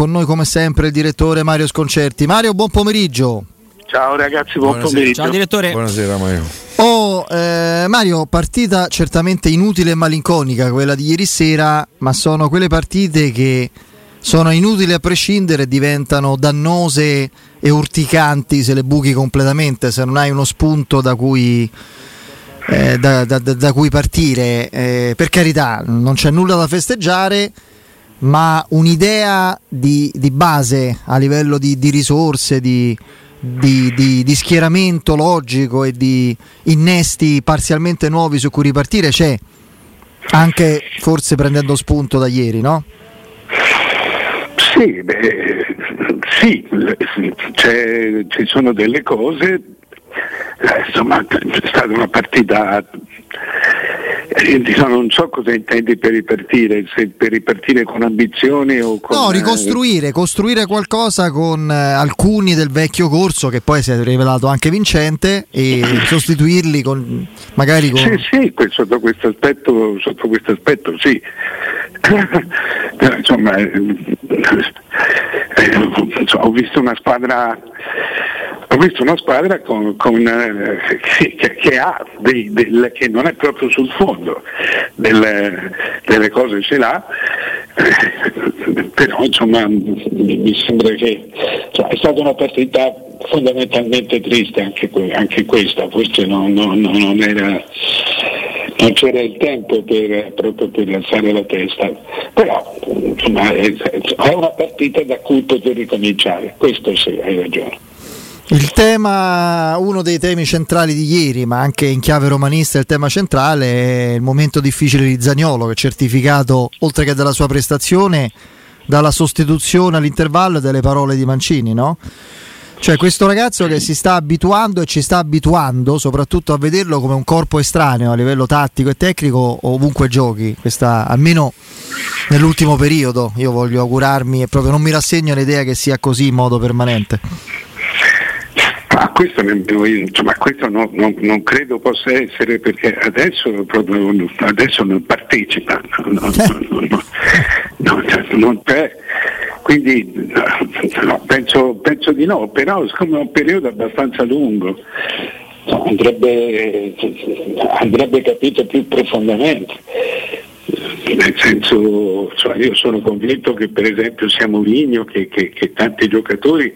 con noi come sempre il direttore Mario Sconcerti. Mario, buon pomeriggio. Ciao ragazzi, buon pomeriggio. Ciao direttore. Buonasera Mario. Mario, partita certamente inutile e malinconica quella di ieri sera, ma sono quelle partite che sono inutili a prescindere e diventano dannose e urticanti se le buchi completamente, se non hai uno spunto da cui partire. Per carità, non c'è nulla da festeggiare, ma un'idea di base a livello di risorse, di schieramento logico e di innesti parzialmente nuovi su cui ripartire c'è, anche forse prendendo spunto da ieri, no? Sì, ci sono delle cose, insomma è stata una partita, non so cosa intendi per ripartire, se per ripartire con ambizioni o con... No, costruire qualcosa con alcuni del vecchio corso che poi si è rivelato anche vincente e sostituirli con magari con... Sì, sotto questo aspetto sì. Però, insomma, ho visto una squadra che ha che non è proprio sul fondo, delle cose ce l'ha, però insomma mi sembra che è stata una partita fondamentalmente triste anche questa, forse non c'era il tempo proprio per alzare la testa, però insomma è una partita da cui poter ricominciare, questo sì, hai ragione. Uno dei temi centrali di ieri, ma anche in chiave romanista il tema centrale è il momento difficile di Zaniolo, che è certificato, oltre che dalla sua prestazione, dalla sostituzione all'intervallo e dalle parole di Mancini, no? Cioè questo ragazzo che si sta abituando e ci sta abituando soprattutto a vederlo come un corpo estraneo a livello tattico e tecnico ovunque giochi, questa, almeno nell'ultimo periodo. Io voglio augurarmi e proprio non mi rassegno all'idea che sia così in modo permanente. Questo non credo possa essere, perché adesso non partecipa, non c'è, quindi no, penso di no, però siccome è un periodo abbastanza lungo andrebbe capito più profondamente. Nel senso, io sono convinto che per esempio sia Mourinho che tanti giocatori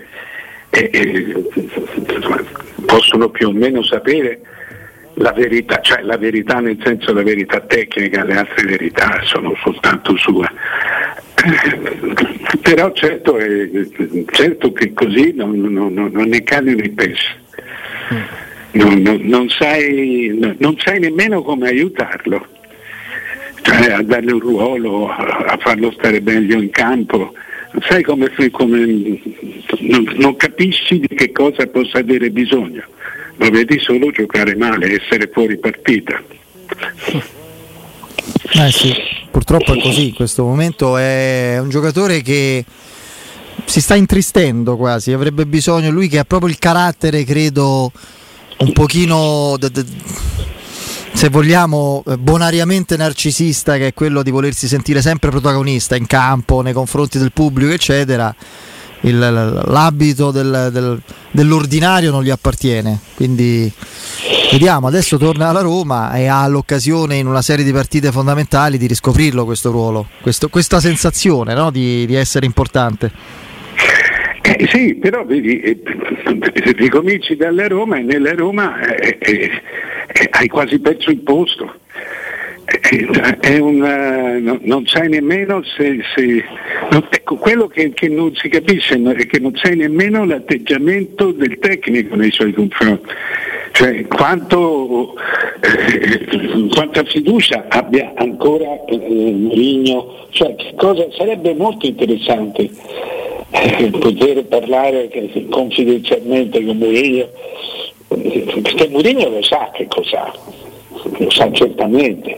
possono più o meno sapere la verità, cioè la verità nel senso la verità tecnica, le altre verità sono soltanto sue. Però certo che così non ne cadono i pesci. Non sai nemmeno come aiutarlo, cioè a dargli un ruolo, a farlo stare meglio in campo. Sai come non capisci di che cosa possa avere bisogno, lo vedi solo giocare male, essere fuori partita. Sì, purtroppo è così. In questo momento è un giocatore che si sta intristendo quasi, avrebbe bisogno, lui che ha proprio il carattere, credo, un pochino se vogliamo bonariamente narcisista, che è quello di volersi sentire sempre protagonista in campo, nei confronti del pubblico eccetera. L'abito dell'ordinario non gli appartiene, quindi vediamo, adesso torna alla Roma e ha l'occasione in una serie di partite fondamentali di riscoprirlo questo ruolo, questa sensazione, no? di essere importante. Sì, però vedi, ricominci dalla Roma e nella Roma hai quasi perso il posto. Non sai nemmeno ecco, quello che non si capisce è che non sai nemmeno l'atteggiamento del tecnico nei suoi confronti, cioè quanta fiducia abbia ancora Mourinho, cioè che cosa sarebbe molto interessante poter parlare confidenzialmente con Mourinho, perché Mourinho lo sa che cos'ha, lo sa certamente.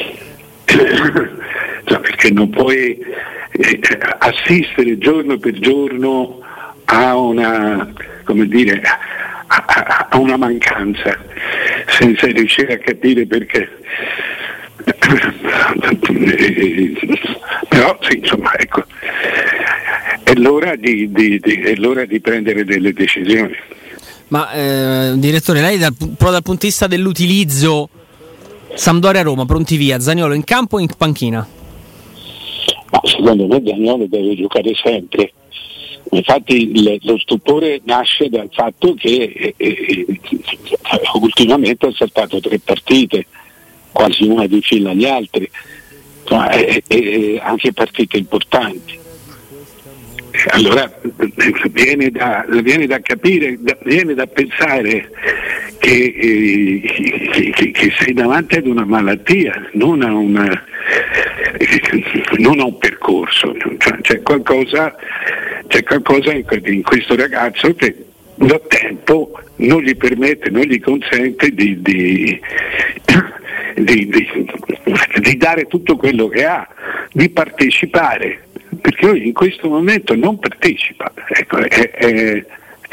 Perché non puoi assistere giorno per giorno a una, come dire, a una mancanza senza riuscire a capire perché. Però sì, insomma, ecco, è l'ora di prendere delle decisioni. Ma direttore, lei proprio dal punto di vista dell'utilizzo Sampdoria-Roma, pronti via, Zaniolo in campo o in panchina? Ma secondo me Zaniolo deve giocare sempre. Infatti lo stupore nasce dal fatto che ultimamente ha saltato 3 partite, quasi una di fila agli altri, anche partite importanti. Allora viene da capire, viene da pensare che sei davanti ad una malattia, non a un percorso. C'è qualcosa in questo ragazzo che da tempo non gli permette, non gli consente di dare tutto quello che ha, di partecipare, perché lui in questo momento non partecipa, ecco, è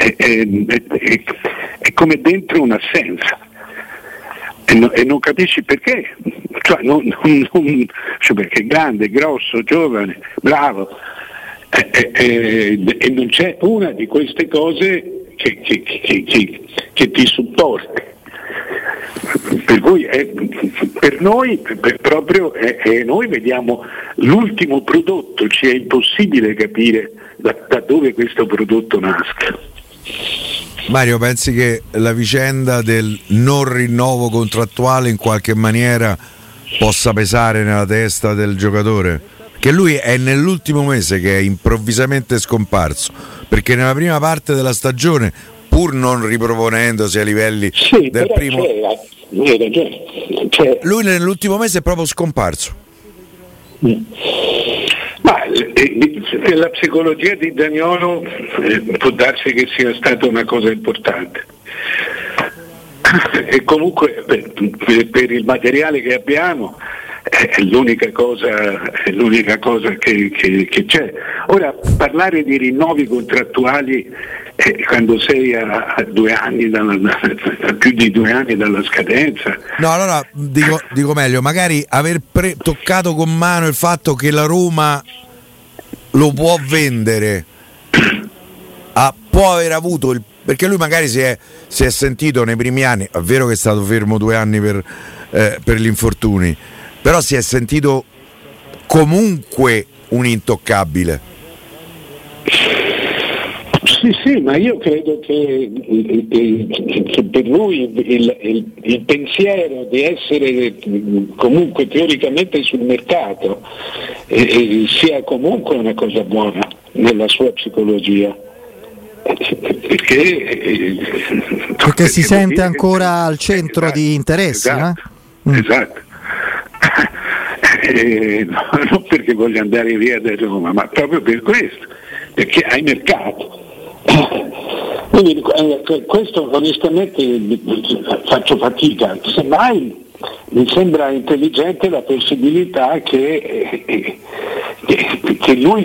come dentro un'assenza e non capisci perché, cioè perché è grande, grosso, giovane, bravo, e non c'è una di queste cose che ti supporti. Per cui per noi proprio noi vediamo l'ultimo prodotto, ci è impossibile capire da dove questo prodotto nasca. Mario, pensi che la vicenda del non rinnovo contrattuale in qualche maniera possa pesare nella testa del giocatore? Che lui è nell'ultimo mese che è improvvisamente scomparso, perché nella prima parte della stagione, pur non riproponendosi a livelli del primo, lui nell'ultimo mese è proprio scomparso. Ma la psicologia di Zaniolo può darsi che sia stata una cosa importante, e comunque per il materiale che abbiamo è l'unica cosa che c'è. Ora, parlare di rinnovi contrattuali quando sei a 2 anni a più di 2 anni dalla scadenza. No, allora dico meglio, magari aver toccato con mano il fatto che la Roma lo può vendere, può aver avuto perché lui magari si è sentito nei primi anni, è vero che è stato fermo 2 anni per gli infortuni, però si è sentito comunque un intoccabile. Sì, ma io credo che per lui il pensiero di essere comunque teoricamente sul mercato sia comunque una cosa buona nella sua psicologia. Perché si sente ancora al centro, esatto, di interessi, esatto, esatto. Non perché voglio andare via da Roma, ma proprio per questo, perché hai mercato. Quindi questo onestamente faccio fatica, semmai mi sembra intelligente la possibilità che lui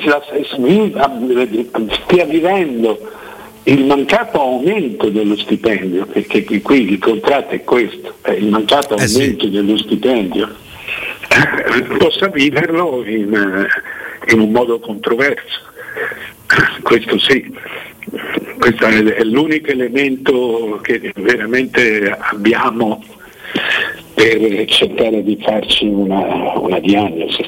stia vivendo il mancato aumento dello stipendio, perché qui il contratto è questo, è il mancato aumento dello stipendio, possa viverlo in un modo controverso. Questo sì, questo è l'unico elemento che veramente abbiamo per cercare di farci una diagnosi.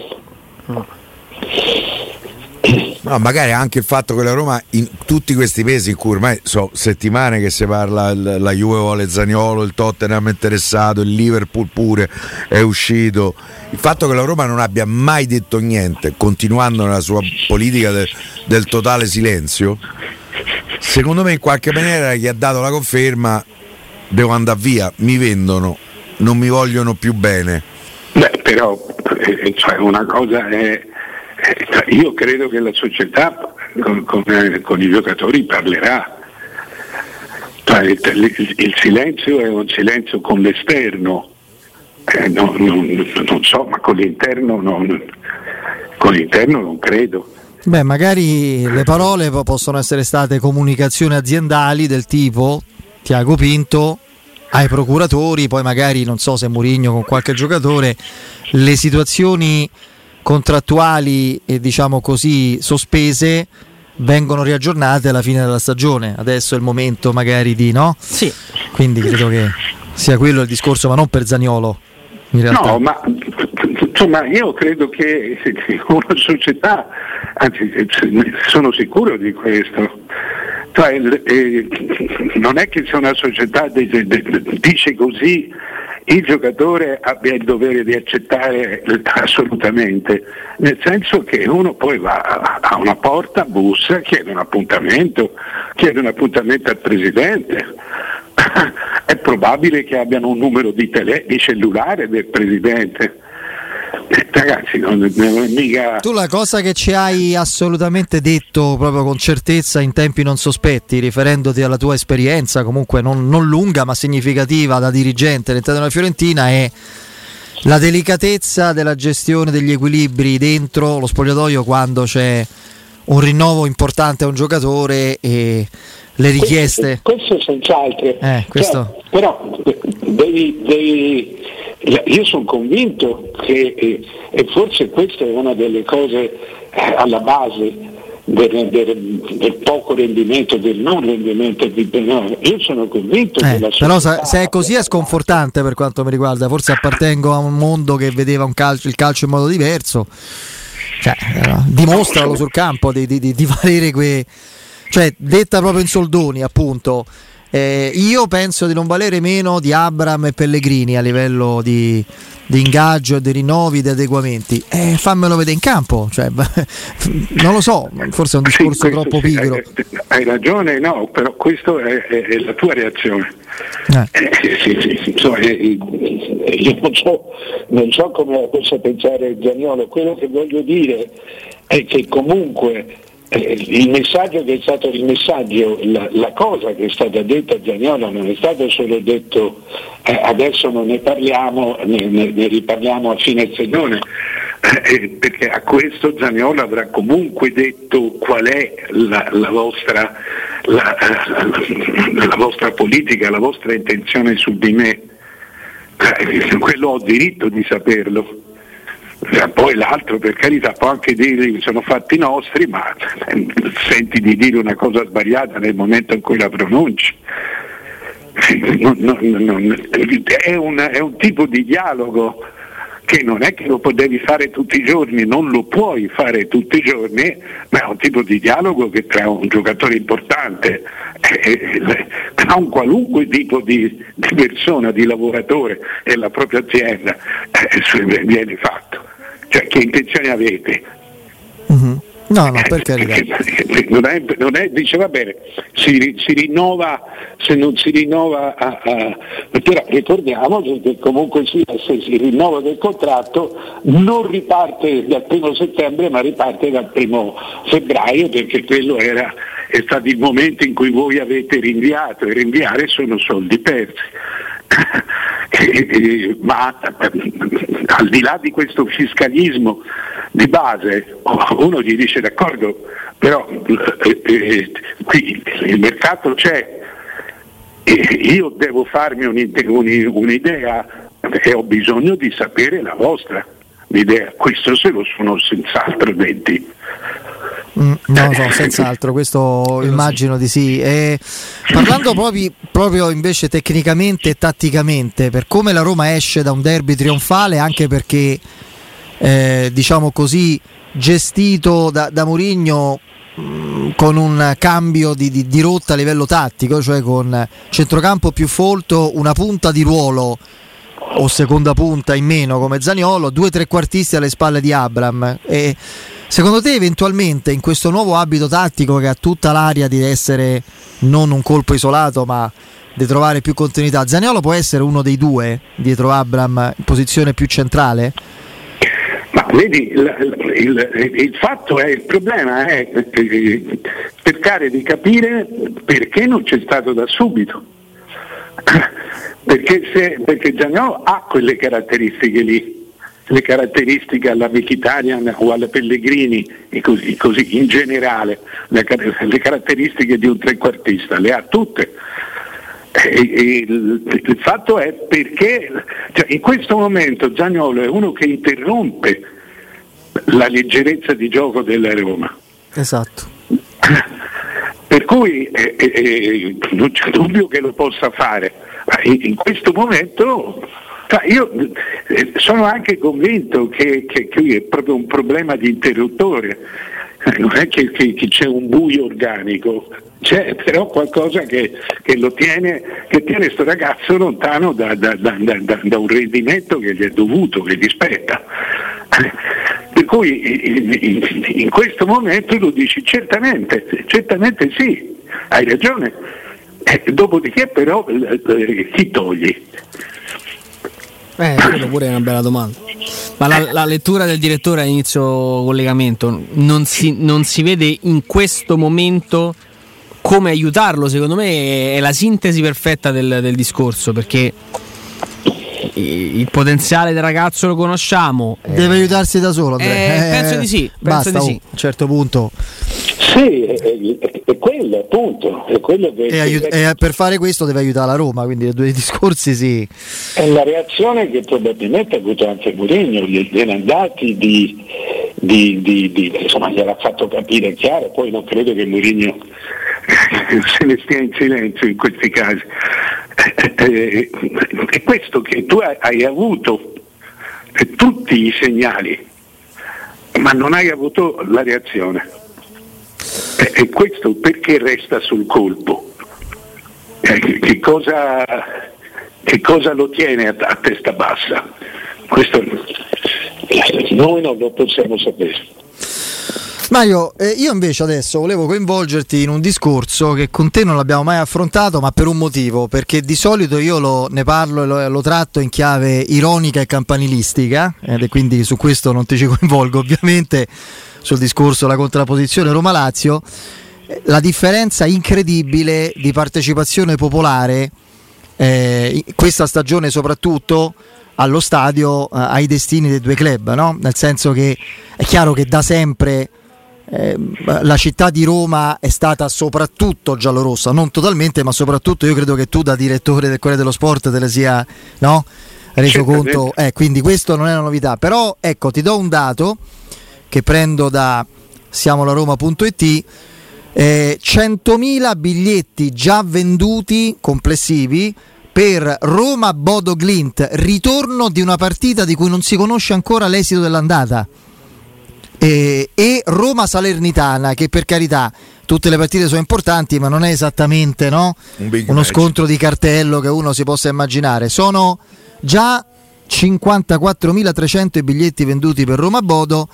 No, magari anche il fatto che la Roma in tutti questi mesi in cui ormai sono settimane che si parla, la Juve vuole Zaniolo, il Tottenham è interessato, il Liverpool pure è uscito, il fatto che la Roma non abbia mai detto niente, continuando nella sua politica del totale silenzio, secondo me in qualche maniera gli ha dato la conferma: devo andare via, mi vendono, non mi vogliono più bene. Beh, però cioè una cosa è, io credo che la società con i giocatori parlerà, cioè, il silenzio è un silenzio con l'esterno, non so, ma con l'interno non credo. Beh, magari le parole possono essere state comunicazioni aziendali del tipo: Tiago Pinto ai procuratori, poi magari non so se Mourinho con qualche giocatore, le situazioni contrattuali diciamo così sospese vengono riaggiornate alla fine della stagione. Adesso è il momento magari di no? Sì. Quindi credo che sia quello il discorso, ma non per Zaniolo in realtà. No, ma insomma io credo che una società, anzi sono sicuro di questo, cioè, non è che se una società dice così il giocatore abbia il dovere di accettare assolutamente, nel senso che uno poi va a una porta, bussa, chiede un appuntamento al presidente. È probabile che abbiano un numero di cellulare del presidente. Ragazzi, non è mica. Tu la cosa che ci hai assolutamente detto proprio con certezza in tempi non sospetti, riferendoti alla tua esperienza comunque non lunga ma significativa da dirigente all'interno della Fiorentina, è la delicatezza della gestione degli equilibri dentro lo spogliatoio quando c'è un rinnovo importante a un giocatore e le richieste. Questo senz'altro. Questo. Cioè, però io sono convinto che e forse questa è una delle cose alla base del poco rendimento, del non rendimento di Benone. Io sono convinto che la però se è così è sconfortante per quanto mi riguarda. Forse appartengo a un mondo che vedeva il calcio in modo diverso. Dimostralo sul campo di valere cioè detta proprio in soldoni, appunto. Io penso di non valere meno di Abraham e Pellegrini a livello di ingaggio, di rinnovi, di adeguamenti. Fammelo vedere in campo, cioè, non lo so, forse è un discorso troppo pigro. Hai ragione, no, però questo è la tua reazione. Io non so come possa pensare Zaniolo. Quello che voglio dire è che comunque il messaggio che è stato il messaggio, la cosa che è stata detta a Zaniolo non è stato solo detto adesso non ne parliamo, ne riparliamo a fine stagione, perché a questo Zaniolo avrà comunque detto qual è la vostra politica, la vostra intenzione su di me. Quello ho diritto di saperlo. Poi l'altro, per carità, può anche dire che sono fatti nostri, ma senti di dire una cosa sbagliata nel momento in cui la pronunci. È un tipo di dialogo che non è che lo devi fare tutti i giorni, non lo puoi fare tutti i giorni, ma è un tipo di dialogo che tra un giocatore importante tra un qualunque tipo di persona, di lavoratore e la propria azienda viene fatto. Cioè, che intenzioni avete? Mm-hmm. No, per carità. Non è, dice va bene, si rinnova, se non si rinnova però ricordiamo che comunque se si rinnova del contratto non riparte dal 1 settembre ma riparte dal 1 febbraio, perché quello è stato il momento in cui voi avete rinviato, e rinviare sono soldi persi. Ma al di là di questo fiscalismo di base, uno gli dice d'accordo, però qui il mercato c'è, io devo farmi un'idea e ho bisogno di sapere la vostra idea. Questo se lo sono senz'altro detti. No, senz'altro, questo immagino di sì. Parlando proprio invece tecnicamente e tatticamente, per come la Roma esce da un derby trionfale, anche perché diciamo così gestito da Mourinho con un cambio di rotta a livello tattico, cioè con centrocampo più folto, una punta di ruolo o seconda punta in meno come Zaniolo, 2 trequartisti alle spalle di Abraham. E secondo te eventualmente in questo nuovo abito tattico che ha tutta l'aria di essere non un colpo isolato ma di trovare più continuità, Zaniolo può essere uno dei due dietro Abraham in posizione più centrale? Ma vedi, il problema è cercare di capire perché non c'è stato da subito. Perché Zaniolo ha quelle caratteristiche lì, le caratteristiche alla Mkhitaryan o alla Pellegrini e così in generale, le caratteristiche di un trequartista le ha tutte. Il fatto è perché in questo momento Zaniolo è uno che interrompe la leggerezza di gioco della Roma. Esatto. per cui non c'è dubbio che lo possa fare. Ma in questo momento io sono anche convinto che qui è proprio un problema di interruttore, non è che c'è un buio organico, c'è però qualcosa che tiene sto ragazzo lontano da un rendimento che gli è dovuto, che gli spetta. Per cui in questo momento tu dici certamente sì, hai ragione, dopodiché però chi togli? Quello pure è una bella domanda. Ma la lettura del direttore a inizio collegamento non si vede in questo momento come aiutarlo. Secondo me è la sintesi perfetta del discorso, perché il potenziale del ragazzo lo conosciamo. Deve aiutarsi da solo, Andrea. Penso di sì. Basta, a un certo punto. Sì, è quello appunto, è quello che e per fare questo deve aiutare la Roma, quindi i due discorsi sì. È la reazione che probabilmente ha avuto anche Mourinho, gli erano andati insomma gliel'ha fatto capire chiaro, poi non credo che Mourinho se ne stia in silenzio in questi casi. È questo che tu hai avuto tutti i segnali, ma non hai avuto la reazione. E questo perché resta sul colpo? Che cosa lo tiene a testa bassa? Questo noi non lo possiamo sapere. Mario, io invece adesso volevo coinvolgerti in un discorso che con te non l'abbiamo mai affrontato, ma per un motivo, perché di solito io ne parlo e lo tratto in chiave ironica e campanilistica, e quindi su questo non ti ci coinvolgo ovviamente, sul discorso della contrapposizione Roma-Lazio. La differenza incredibile di partecipazione popolare questa stagione, soprattutto allo stadio, ai destini dei due club, no? Nel senso che è chiaro che da sempre la città di Roma è stata soprattutto giallorossa, non totalmente, ma soprattutto. Io credo che tu da direttore del Corriere dello Sport te ne sia reso conto, quindi questo non è una novità. Però ecco, ti do un dato che prendo da siamolaroma.it. 100.000 biglietti già venduti complessivi per Roma-Bodo Glimt, ritorno di una partita di cui non si conosce ancora l'esito dell'andata, e Roma-Salernitana, che per carità tutte le partite sono importanti, ma non è esattamente uno scontro di cartello che uno si possa immaginare. Sono già 54.300 i biglietti venduti per Roma-Bodo,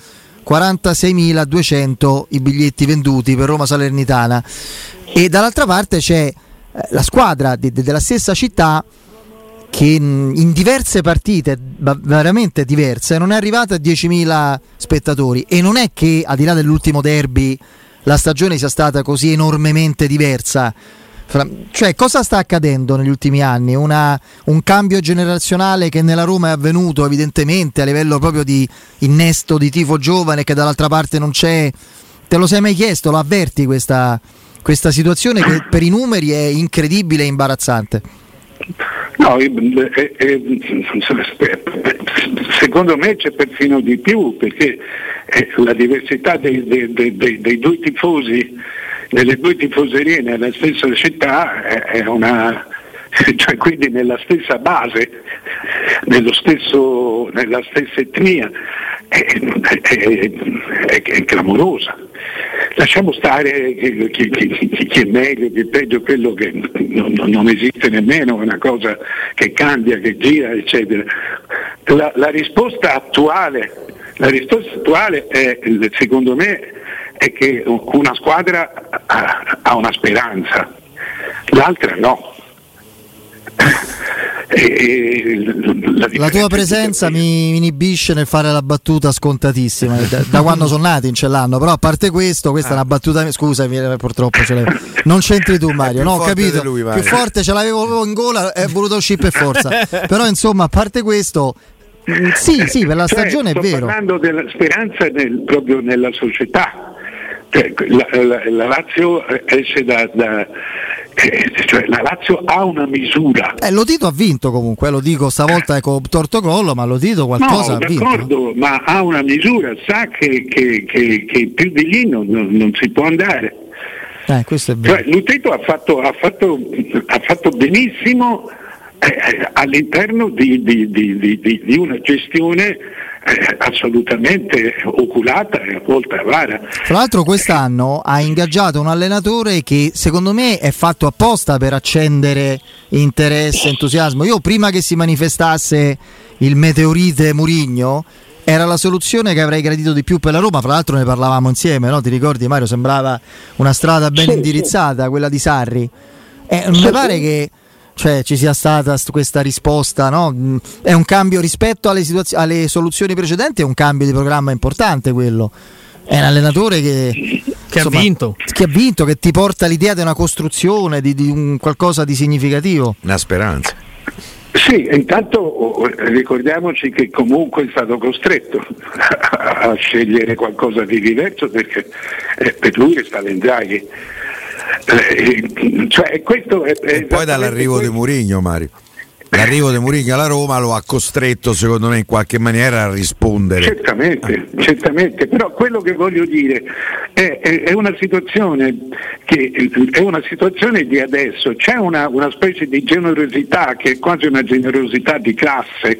46.200 i biglietti venduti per Roma Salernitana, e dall'altra parte c'è la squadra della stessa città che in diverse partite veramente diverse non è arrivata a 10.000 spettatori, e non è che al di là dell'ultimo derby la stagione sia stata così enormemente diversa. Cioè, cosa sta accadendo negli ultimi anni? Un cambio generazionale che nella Roma è avvenuto evidentemente a livello proprio di innesto di tifo giovane che dall'altra parte non c'è. Te lo sei mai chiesto? Lo avverti questa situazione che per i numeri è incredibile e imbarazzante? No, secondo me c'è perfino di più, perché la diversità dei due tifosi, nelle due tifoserie nella stessa città è una, cioè quindi nella stessa base, nella stessa etnia, è clamorosa. Lasciamo stare chi è meglio, chi è peggio, quello che non esiste nemmeno, è una cosa che cambia, che gira, eccetera. La risposta attuale è, secondo me, è che una squadra ha una speranza, l'altra no. La tua presenza mi inibisce nel fare la battuta scontatissima da quando sono nati in Cellanno, però a parte questo, questa è una battuta, scusami, purtroppo non c'entri tu, Mario, no, ho capito, lui, più forte ce l'avevo in gola, è voluto uscire per forza, però insomma, a parte questo, sì, per la stagione è vero. Sto parlando della speranza proprio nella società. La Lazio esce cioè la Lazio ha una misura. Lo Tito ha vinto comunque, lo dico stavolta con torto collo, ma lo Tito qualcosa ha vinto. D'accordo, ma ha una misura, sa che più di lì non si può andare. Questo è vero. Cioè, Lotito ha fatto benissimo all'interno di una gestione assolutamente oculata e a volte avara. Tra l'altro quest'anno ha ingaggiato un allenatore che secondo me è fatto apposta per accendere interesse, entusiasmo. Io prima che si manifestasse il meteorite Mourinho era la soluzione che avrei gradito di più per la Roma. Fra l'altro ne parlavamo insieme, no? Ti ricordi, Mario? Sembrava una strada ben indirizzata, quella di Sarri. Non mi pare che ci sia stata questa risposta, no? È un cambio rispetto alle soluzioni precedenti, è un cambio di programma importante quello. È un allenatore che ha vinto, che ti porta l'idea di una costruzione, di un qualcosa di significativo. Una speranza. Sì, intanto ricordiamoci che comunque è stato costretto a scegliere qualcosa di diverso perché per lui è stato Inzaghi. Questo e poi dall'arrivo di Mourinho, Mario. L'arrivo di Mourinho alla Roma lo ha costretto, secondo me, in qualche maniera a rispondere. Certamente, però quello che voglio dire è una situazione che è una situazione di adesso. C'è una specie di generosità che è quasi una generosità di classe,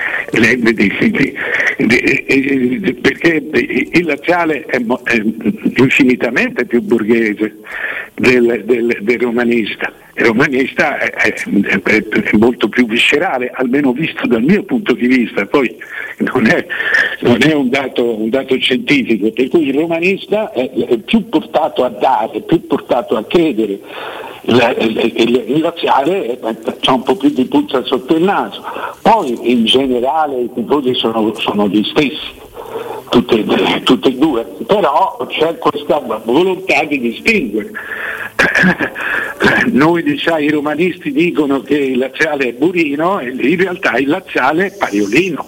perché il laziale è infinitamente più borghese del romanista. Il romanista è molto più viscerale, almeno visto dal mio punto di vista, poi non è un dato scientifico, per cui il romanista è più portato a dare, più portato a credere. Il laziale c'ha un po' più di puzza sotto il naso. Poi in generale i tifosi sono gli stessi, tutte e due, però c'è questa volontà di distinguere. Noi i romanisti dicono che il laziale è Burino e in realtà il laziale è Pariolino.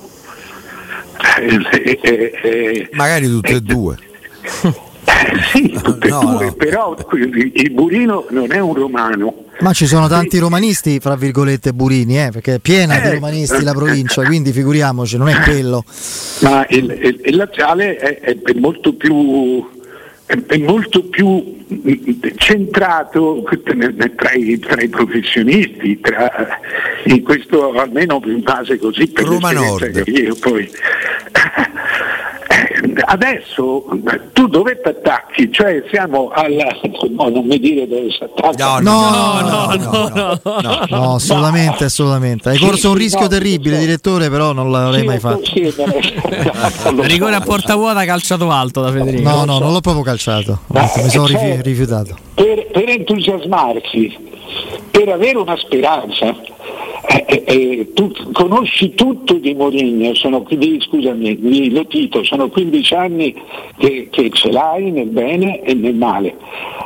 Magari tutte e due. Sì, tutte e due, però il Burino non è un romano. Ma ci sono tanti romanisti, fra virgolette, Burini, perché è piena di romanisti la provincia, quindi figuriamoci, non è quello. Ma il laziale è molto più centrato tra i professionisti, in questo almeno in base così per Roma Nord. Che io poi adesso tu dove ti attacchi? Cioè siamo no, non mi dire dove si attacca. No, assolutamente. Hai corso un rischio terribile, direttore, però non l'avrei mai fatto. Rigore a porta vuota, calciato alto da Federico. No, non l'ho proprio calciato. Mi sono rifiutato. Per entusiasmarsi, per avere una speranza. Tu conosci tutto di Mourinho, di Lotito, sono 15 anni che ce l'hai nel bene e nel male.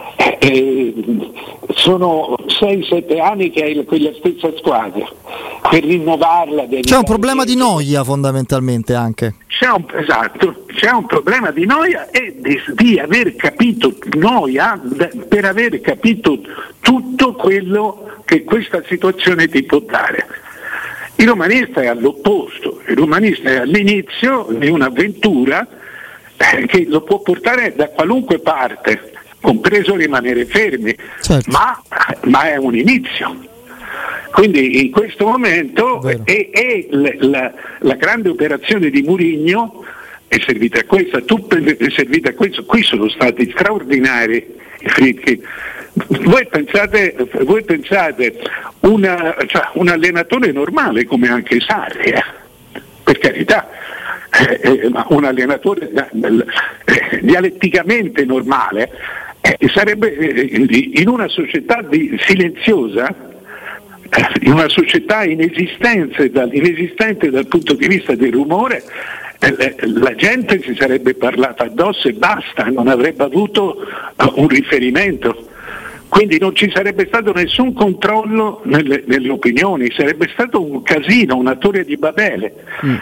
Sono 6-7 anni che hai quella stessa squadra, per rinnovarla c'è un problema di noia fondamentalmente anche. C'è un problema di noia e di aver capito noia per aver capito tutto quello che questa situazione ti può dare. Il romanista è all'opposto, il romanista è all'inizio di un'avventura che lo può portare da qualunque parte, compreso rimanere fermi, certo. ma è un inizio. Quindi in questo momento la grande operazione di Mourinho è servita a questo, è servita a questo. Qui sono stati straordinari i Friedkin. Voi pensate un allenatore normale come anche Sarri, per carità, ma un allenatore dialetticamente normale sarebbe in una società silenziosa, in una società inesistente dal punto di vista del rumore, la gente si sarebbe parlata addosso e basta, non avrebbe avuto un riferimento. Quindi non ci sarebbe stato nessun controllo nelle opinioni, sarebbe stato un casino, una torre di Babele.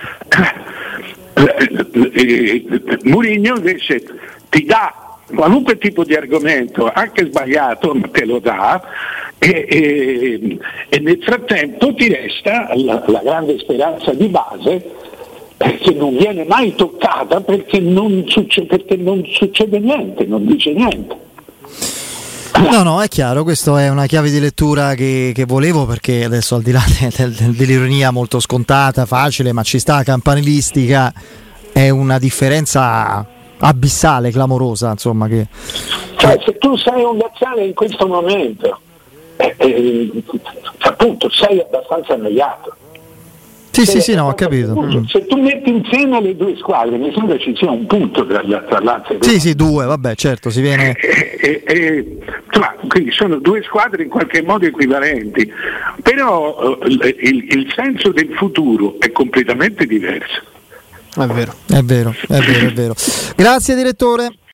Mourinho invece ti dà qualunque tipo di argomento, anche sbagliato, ma te lo dà, e nel frattempo ti resta la grande speranza di base, che non viene mai toccata perché non succede niente, non dice niente. No, è chiaro, questa è una chiave di lettura che volevo, perché adesso, al di là dell'ironia molto scontata, facile, ma ci sta, campanilistica, è una differenza abissale, clamorosa, insomma. Cioè, se tu sei un laziale in questo momento, appunto, sei abbastanza annoiato. Sì, no, ho capito. Se tu metti insieme le due squadre, mi sembra ci sia un punto tra Lazio e Roma. Sì, due, vabbè, certo, si viene. Quindi sono due squadre in qualche modo equivalenti, però il senso del futuro è completamente diverso. È vero. Grazie, direttore.